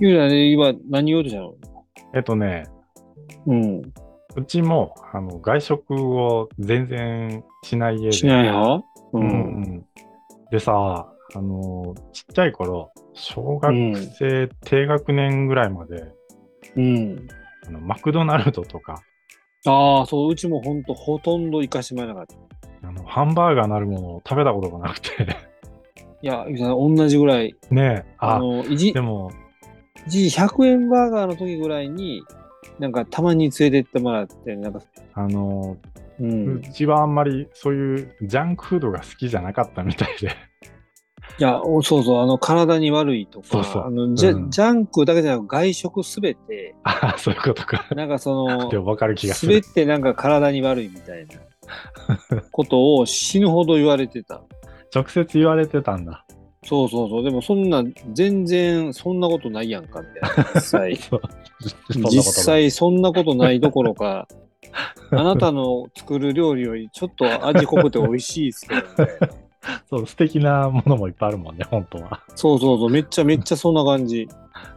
ゆうやね、今何言おうとしたの？ えっとね、 うん。 うちも、外食を全然しない家しないで、 派？ううん。 ん。でさ、ちっちゃい頃、小学うん。 生低学年ぐらいまで、 うん。 マクドナルドとか、 ああ、そう、うちもほとんど行かしてもらえなかった。 ハンバーガーなるものを食べたことがなくて。 いや、同じぐらい。 ねえ、 一でも、 時100円バーガーの時ぐらいに、なんかたまに連れてってもらって、なんか、 あの、ううん。 ちはあんまりそういうジャンクフードが好きじゃなかったみたいで。 いや、そうそう、体に悪いとか、 そうそう。うん。 ジャンクだけじゃなく外食すべて、 そういうことか。 なんかでもわかる気がする。 すべてなんか体に悪いみたいなことを死ぬほど言われてた。 直接言われてたんだ。 そうそうそう。でも全然そんなことないやんか、みたいな。実際。 そう。そんなことない。 実際そんなことないどころか、あなたの作る料理よりちょっと味濃くて美味しいですけど、みたいな。 そう、素敵なものもいっぱいあるもんね、本当は。 そうそうそう。めっちゃそんな感じ。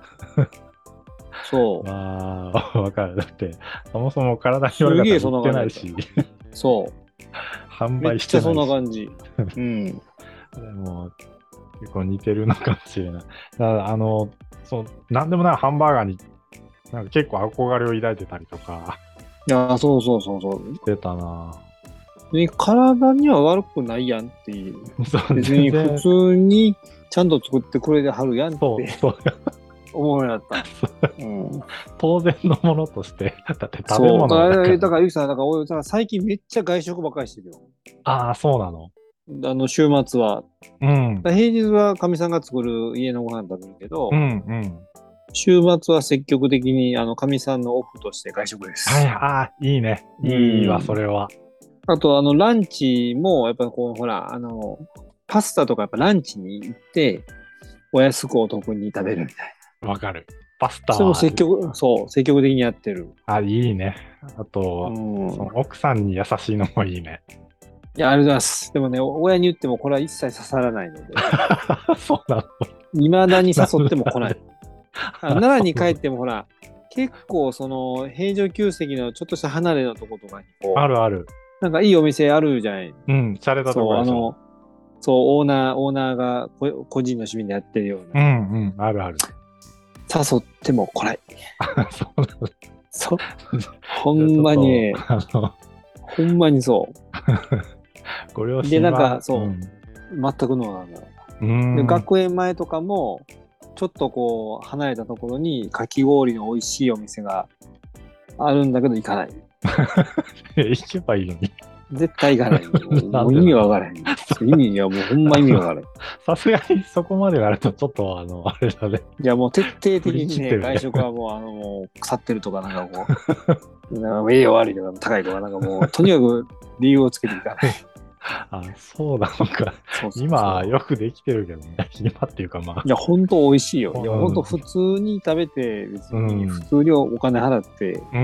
そまあ、わかる。だって、そもそも体う。 に悪かったら売っすげえそんな感じだった。 てないし、 そ販う。めっ売しちゃそんてないし。 な感じ。うん。 でも、結構似てるのかもしれない。だからそう、なんでもないハンバーガーに、なんか結構憧れを抱いてたりとかいや、そうそうそうそう。 してたな。 で体には悪くないやんっていう。 そう、 別に普全然、 通にちゃんと作ってくれてはるやんってそう、そう、 思うようになった。うん。 当然のものとして、だって食べそう。 物だから。 ゆきさん、だから最近めっちゃ外食ばっかりしてるよ。 ああ、そうなの。 週末は。 うん、 平日はかみさんが作る家のご飯食べるけど、 うん、うん。 週末は積極的にかみさんのオフとして外食ではい、 す。 いいね。 ういいわ、そん。 れは。 あと、ランチも、やっぱこう、ほら、パスタとかやっぱランチに行って、お安くお得に食べるみたいな。 わかる。パスタそれもは、 積極的にやってる。 いいね。あうと、そん。 の奥さんに優しいのもいいね。 いや、ありがとうございます。でもね、親に言ってもこれは一切刺さらないので、 そうなの。 未だに誘っなんで、 ても来ない。奈良に帰ってもほら、結構平城宮跡のちょっとした離れのとことかにあるある。 なんかいいお店あるじゃない。 うん、洒落たとこそう、 でしょ。 そう、オーナーが個人の趣味でやってるような。 うんうん、あるある。 誘っても来ない。 そうなの。 そう、ほじゃあちんょっと、 まにね、ほんまにそご両う。で、なんか、 親は、うそん。 う、全くのなの。 うーで、 ん。 学園前とかも、ちょっとこう、離れたところにかき氷の美味しいお店があるんだけど行かない。 行けばいいのに。 絶対行かない。もう意味なんでなの。 わからへん。いやもうほんま意味わからへん。 さすがにそこまでやると、ちょっと、あれだね。 いやもう徹底的振りにね、 切ってるね。 外食はもうもう腐ってるとかなんかこう、なんか栄養悪いとか高いとかなんかもう、とにかく理由をつけていかない。 そうなのか。 そうそう今、 そう。 よくできてるけどね。今っていうか、まあ。 いや、本当美味しいよ。いや、本当うん。 普通に食べて、別うに普ん。 通にお金払ってうん。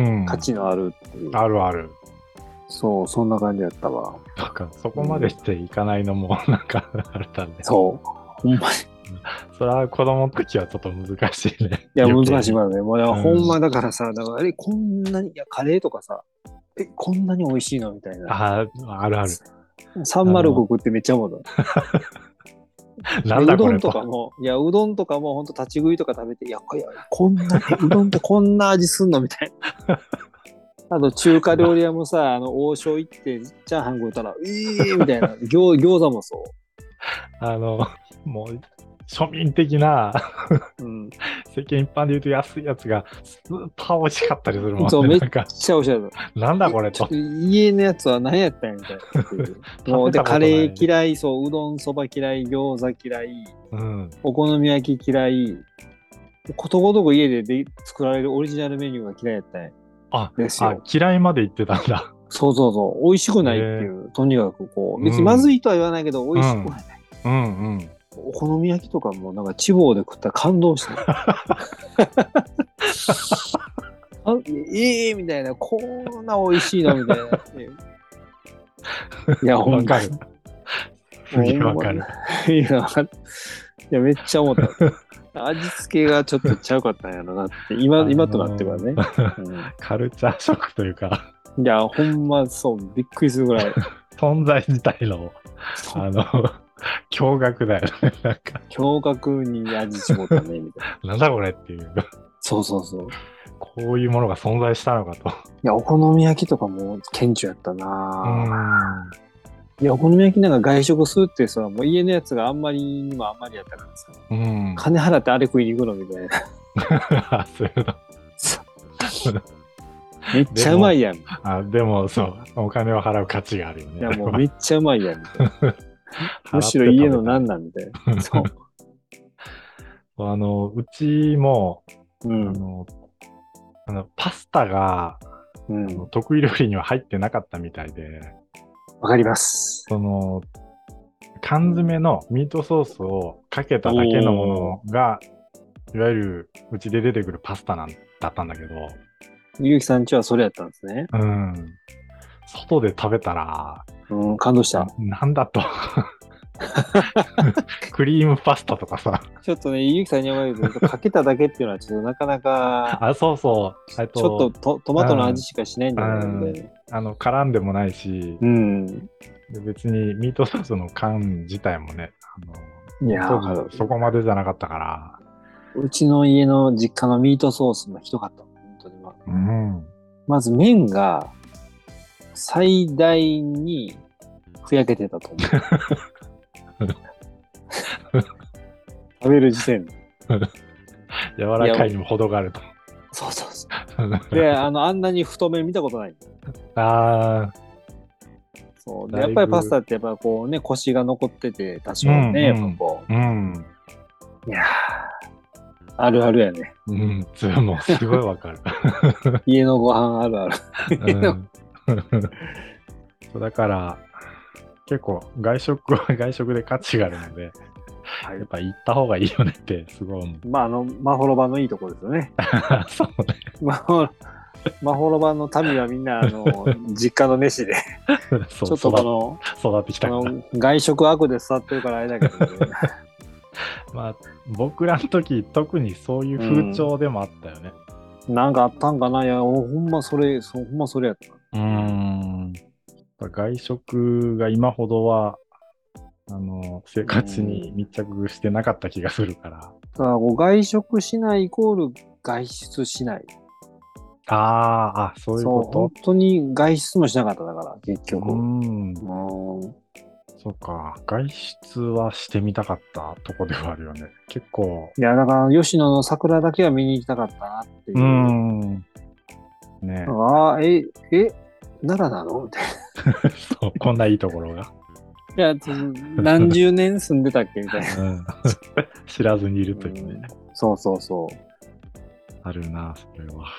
価値のあるっていう。 あるある。 そう、そんな感じだったわ。 なんか、そこまでうん、 していかないのも、なんか、あれだね。 そう。ほんまに。 それは子供の時はちょっと難しいね。 いや、難余計に。 しいまだね。もう、いやうん。 ほんまだからさ、だから、こんなに、いや、カレーとかさ、こんなに美味しいのみたいな。 あるある。 305食ってめっちゃ思うの。で、 なんうどんだこれと。 とかも、いや、うどんとかもほんと立ち食いとか食べて、こんな、うどんってこんな味すんのみたいな。あと、中華料理屋もさ、王将行って、チャーハン食うたら、みたいな。餃子もそあの、もう、庶民的な、 う。うん。 世間一般で言うと安いやつが、スーパー美味しかったりするもんそう、 ね。 めっなんか、 ちゃおしゃれだ。 なんだこれと。 ちょっと家のやつは何やったんやみたいなっていう。もう、で、 食べたこカレとない。 ー嫌い、そう、うどん、そば嫌い、餃子嫌い、 うん。 お好み焼き嫌い、ことごとく家で作られるオリジナルメニューが嫌いやったんですよ。 嫌いまで言ってたんだ。 そうそうそう。美味しくないっていええ、 う。とにかくこう、別にまずうん。 いとは言わないけど、美味しくうん。 はない。 うん。うん。 お好み焼きとかもなんか地方で食ったら感動した。みたいな。こんな美味しいのみたいな。いや、ほんまに。 わかる。すげえほんまに。 わかる。 いや、めっちゃ思った。 味付けがちょっとちゃうかったんやろなって、今となってはね。 カルチャーショックというか、 いや、ほんまそう、びっくりするぐらい。 存在自体の、驚愕だよね。なんか、 驚愕に味絞ったね、みたいな。 なんだこれっていう、 そうそうそう。 こういうものが存在したのかと。 いや、お好み焼きとかも顕著やったなぁ。 ん。 いや、お好み焼きなんか外食するってさ、もう家のやつがあんまりにもあんまりやったからさ、 うん。 金払ってあれ食いに行くのみたいな。 そういうの。 めっちゃうまいやん。 でもそう、お金を払う価値があるよね。 いや、もうめっちゃうまいやん、みたいな。むしろ家のなんなんみたいな。そう。 うちも、 うん。 パスタが、 うん。 得意料理には入ってなかったみたいで、 わかります。 缶詰のミートソースをかけただけのものが、いわゆるうちで出てくるパスタだったんだけど、 ゆうきさんちはそれやったんですね。 うん。外で食べたら、 うん、感動した。 なんだと。クリームパスタとかさ。 ちょっとね、ゆうきさんに言われると、かけただけっていうのはちょっとなかなか、 そうそう。 ちょっとトマトの味しかしないんだよね。 絡んでもないし、 うん。 で別にミートソースの缶自体もね、 いや当時そこまでじゃなかったから。 うちの家の実家のミートソースもひどかった。本当にうん。 まず麺が最大にふやけてたと思う。食べる時点で。 柔らかいにも程があると。 そうそうそう。で、あんなに太麺見たことない。 ああ。 そう。で、やっぱりパスタってやっぱこうね、コシが残ってて、多少ね、やっぱこう。うん。 いやー、あるあるやね。 うん、それもすごいわかる。 家のご飯あるある。 そうだから、結構外食は外食で価値があるので、 はい、 やっぱ行った方がいいよねってすごい思う。 まあ、マホロバのいいところですよね。 そうね。 マホロバの民はみんな、実家の飯で、 そうちょっと育ってきたから。 外食悪で育ってるからあれだけど、ね、 まあ、僕らの時、特にそういう風潮でもあったよね。 なんかあったんかな。いや、ほんまそれやった。 外食が今ほどは、生活に密着してなかった気がするから。 だから外食しないイコール外出しない。 そういうこと。 本当に外出もしなかっただから、結局。 そうか。外出はしてみたかったとこではあるよね。結構。 いや、だから吉野の桜だけは見に行きたかったなっていう。 ね奈良なのみたいな。そう、こんないいところが。 いや、何十年住んでたっけみたいな。 知らずにいるというね。 そうそうそう。 あるな、それは。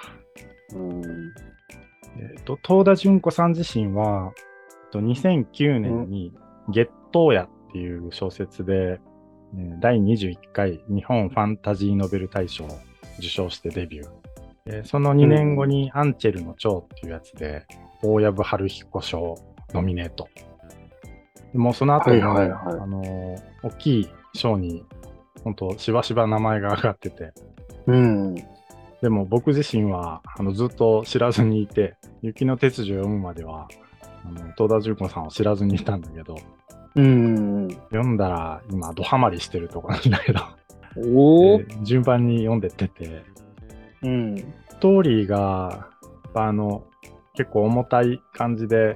東田淳子さん自身は、2009年に月桃屋っていう小説で、第21回日本ファンタジーノベル大賞を受賞してデビュー。その2年後にアンチェルの蝶っていうやつで、大藪春彦賞ノミネート。もうその後にも、大きい賞に、本当しばしば名前が上がってて。でも僕自身はずっと知らずにいて、雪の鉄条を読むまでは、東田淳子さんを知らずにいたんだけど、読んだら今ドハマりしてるとこなんだけど順番に読んでってて、ストーリーが結構重たい感じで、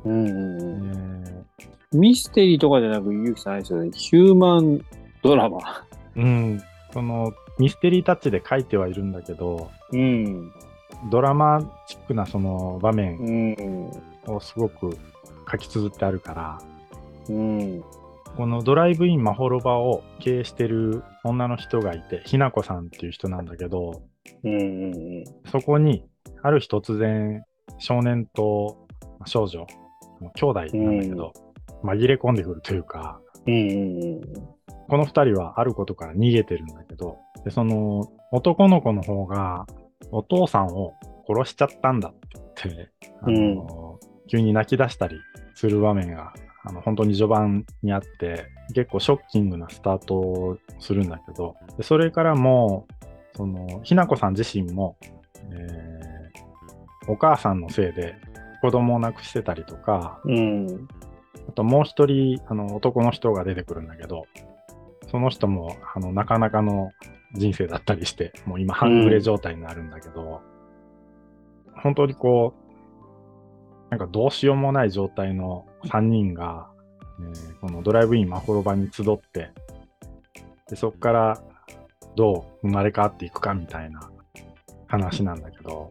ミステリーとかじゃなくゆうきさんないですよね。ヒューマンドラマ。 そのミステリータッチで書いてはいるんだけど、ドラマチックなその場面をすごく書き綴ってあるから、このドライブインまほろばを経営してる女の人がいて、ひなこさんっていう人なんだけど、そこにある日突然少年と少女、兄弟なんだけど、紛れ込んでくるというか、この2人はあることから逃げてるんだけど、でその男の子の方がお父さんを殺しちゃったんだって言って、急に泣き出したりする場面が本当に序盤にあって、結構ショッキングなスタートをするんだけど、でそれからも、ひなこさん自身も、お母さんのせいで子供を亡くしてたりとか、あともう一人、男の人が出てくるんだけど、その人も、なかなかの人生だったりして、もう今、半グレ状態になるんだけど、本当にこう、なんかどうしようもない状態の3人が、このドライブインまほろばに集って、でそこからどう生まれ変わっていくかみたいな話なんだけど、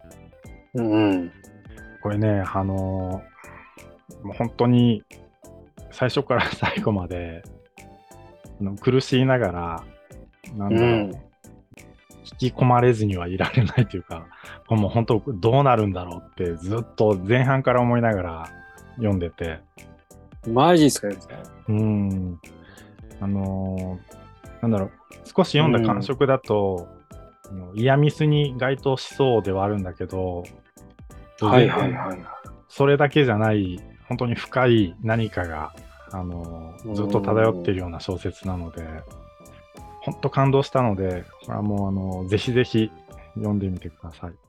これね、もう本当に最初から最後まで苦しいながら、なんだろう、引き込まれずにはいられないというか、もう本当どうなるんだろうってずっと前半から思いながら読んでて。 マジですかね。 なんだろう、少し読んだ感触だと、イヤミスに該当しそうではあるんだけど、それだけじゃない、本当に深い何かが、ずっと漂っているような小説なので、本当感動したので、これはもうぜひぜひ読んでみてください。